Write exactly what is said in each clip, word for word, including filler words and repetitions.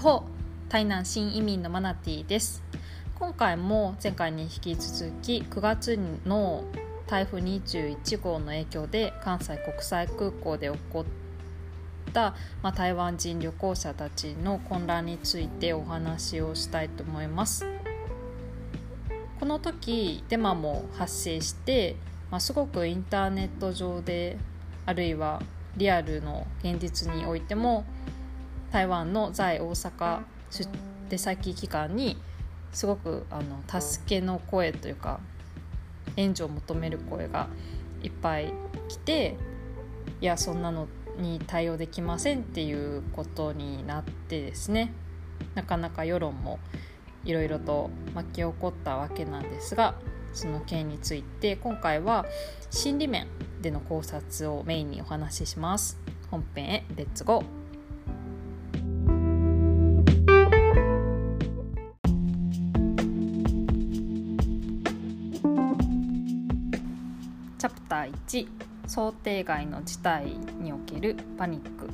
ホ台南新移民のマナティです。今回も前回に引き続きくがつの台風にじゅういちごうの影響で関西国際空港で起こった、まあ、台湾人旅行者たちの混乱についてお話をしたいと思います。この時デマも発生して、まあ、すごくインターネット上であるいはリアルの現実においても台湾の在大阪出先機関にすごくあの助けの声というか援助を求める声がいっぱい来て、いやそんなのに対応できませんっていうことになってですね、なかなか世論もいろいろと巻き起こったわけなんですが、その件について今回は心理面での考察をメインにお話しします。本編へレッツゴー。チャプターいち、想定外の事態におけるパニック。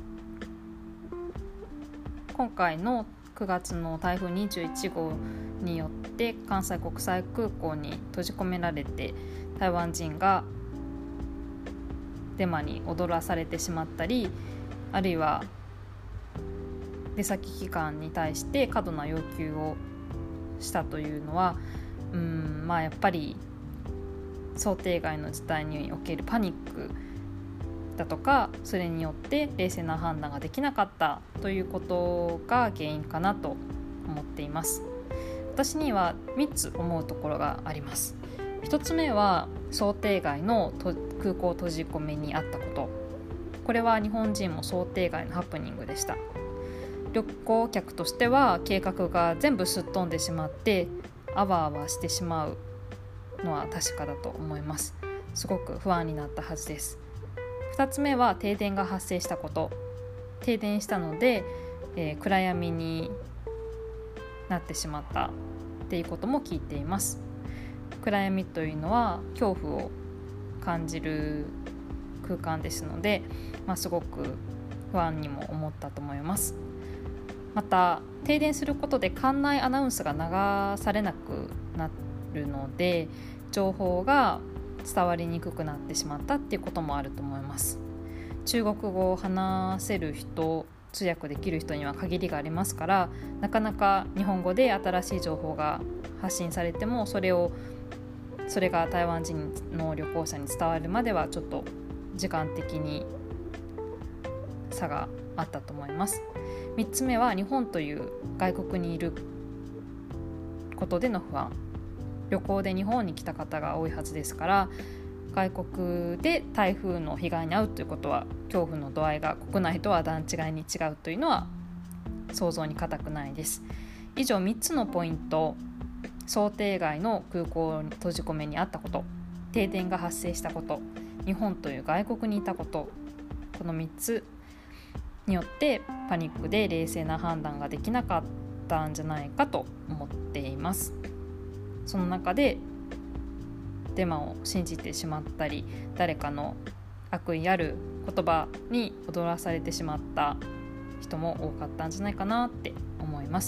今回のくがつの台風にじゅういちごうによって関西国際空港に閉じ込められて台湾人がデマに踊らされてしまったり、あるいは出先機関に対して過度な要求をしたというのは、うーんまあやっぱり想定外の事態におけるパニックだとか、それによって冷静な判断ができなかったということが原因かなと思っています。私にはみっつ思うところがあります。ひとつめは想定外の空港閉じ込めにあったこと。これは日本人も想定外のハプニングでした。旅行客としては計画が全部すっ飛んでしまってあわあわしてしまうのは確かだと思います。すごく不安になったはずです。ふたつめは停電が発生したこと。停電したので、えー、暗闇になってしまったっていうことも聞いています。暗闇というのは恐怖を感じる空間ですので、まあ、すごく不安にも思ったと思います。また停電することで館内アナウンスが流されなくなるので情報が伝わりにくくなってしまったっていうこともあると思います。中国語を話せる人、通訳できる人には限りがありますから、なかなか日本語で新しい情報が発信されてもそれをそれが台湾人の旅行者に伝わるまではちょっと時間的に差があったと思います。みっつめは日本という外国にいることでの不安。旅行で日本に来た方が多いはずですから、外国で台風の被害に遭うということは恐怖の度合いが国内とは段違いに違うというのは想像に難くないです。以上みっつのポイント、想定外の空港に閉じ込めにあったこと、停電が発生したこと、日本という外国にいたこと、このみっつによってパニックで冷静な判断ができなかったんじゃないかと思っています。その中でデマを信じてしまったり、誰かの悪意ある言葉に踊らされてしまった人も多かったんじゃないかなって思います。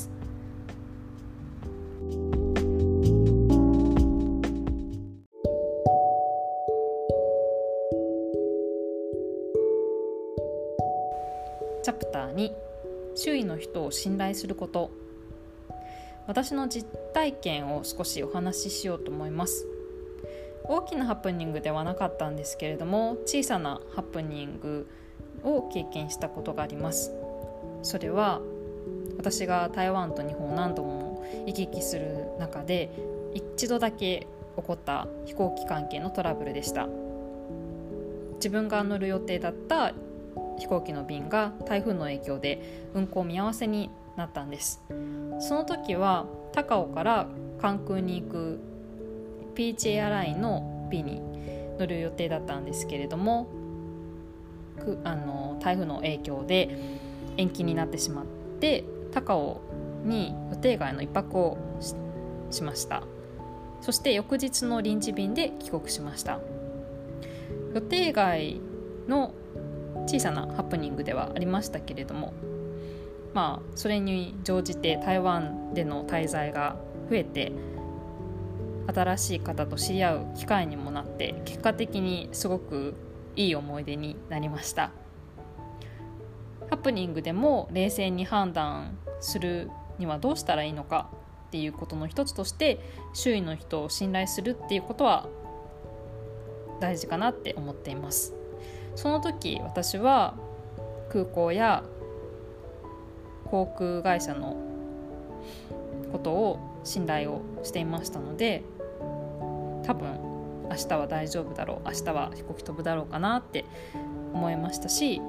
チャプターに、周囲の人を信頼すること。私の実体験を少しお話ししようと思います。大きなハプニングではなかったんですけれども、小さなハプニングを経験したことがあります。それは私が台湾と日本を何度も行き来する中で一度だけ起こった飛行機関係のトラブルでした。自分が乗る予定だった飛行機の便が台風の影響で運航見合わせになったんです。その時は高雄から関空に行くピーチエアラインの便に乗る予定だったんですけれども、あの台風の影響で延期になってしまって高雄に予定外の一泊を し, しました。そして翌日の臨時便で帰国しました。予定外の小さなハプニングではありましたけれども、 まあそれに乗じて台湾での滞在が増えて、新しい方と知り合う機会にもなって、結果的にすごくいい思い出になりました。ハプニングでも冷静に判断するにはどうしたらいいのかっていうことの一つとして、周囲の人を信頼するっていうことは大事かなって思っています。その時私は空港や航空会社のことを信頼をしていましたので、多分明日は大丈夫だろう、明日は飛行機飛ぶだろうかなって思いましたし、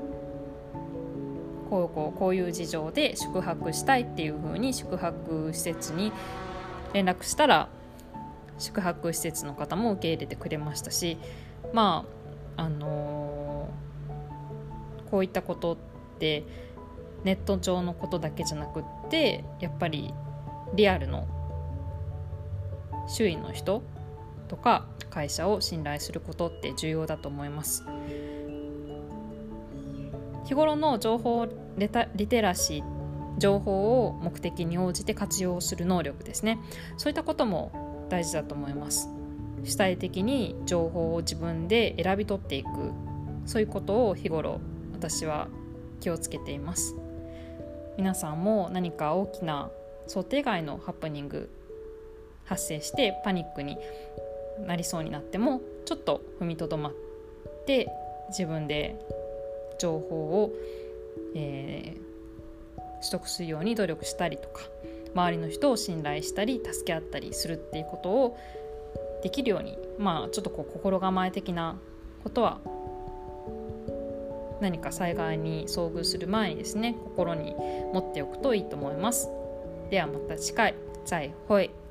こうこうこういう事情で宿泊したいっていう風に宿泊施設に連絡したら、宿泊施設の方も受け入れてくれましたし、まああのー、こういったことってネット上のことだけじゃなくって、やっぱりリアルの周囲の人とか会社を信頼することって重要だと思います。日頃の情報リテラシー、情報を目的に応じて活用する能力ですね。そういったことも大事だと思います。主体的に情報を自分で選び取っていく、そういうことを日頃私は気をつけています。皆さんも何か大きな想定外のハプニング発生してパニックになりそうになっても、ちょっと踏みとどまって自分で情報を、えー、取得するように努力したりとか、周りの人を信頼したり助け合ったりするっていうことをできるように、まあちょっとこう心構え的なことは何か災害に遭遇する前にですね、心に持っておくといいと思います。ではまた次回、再会。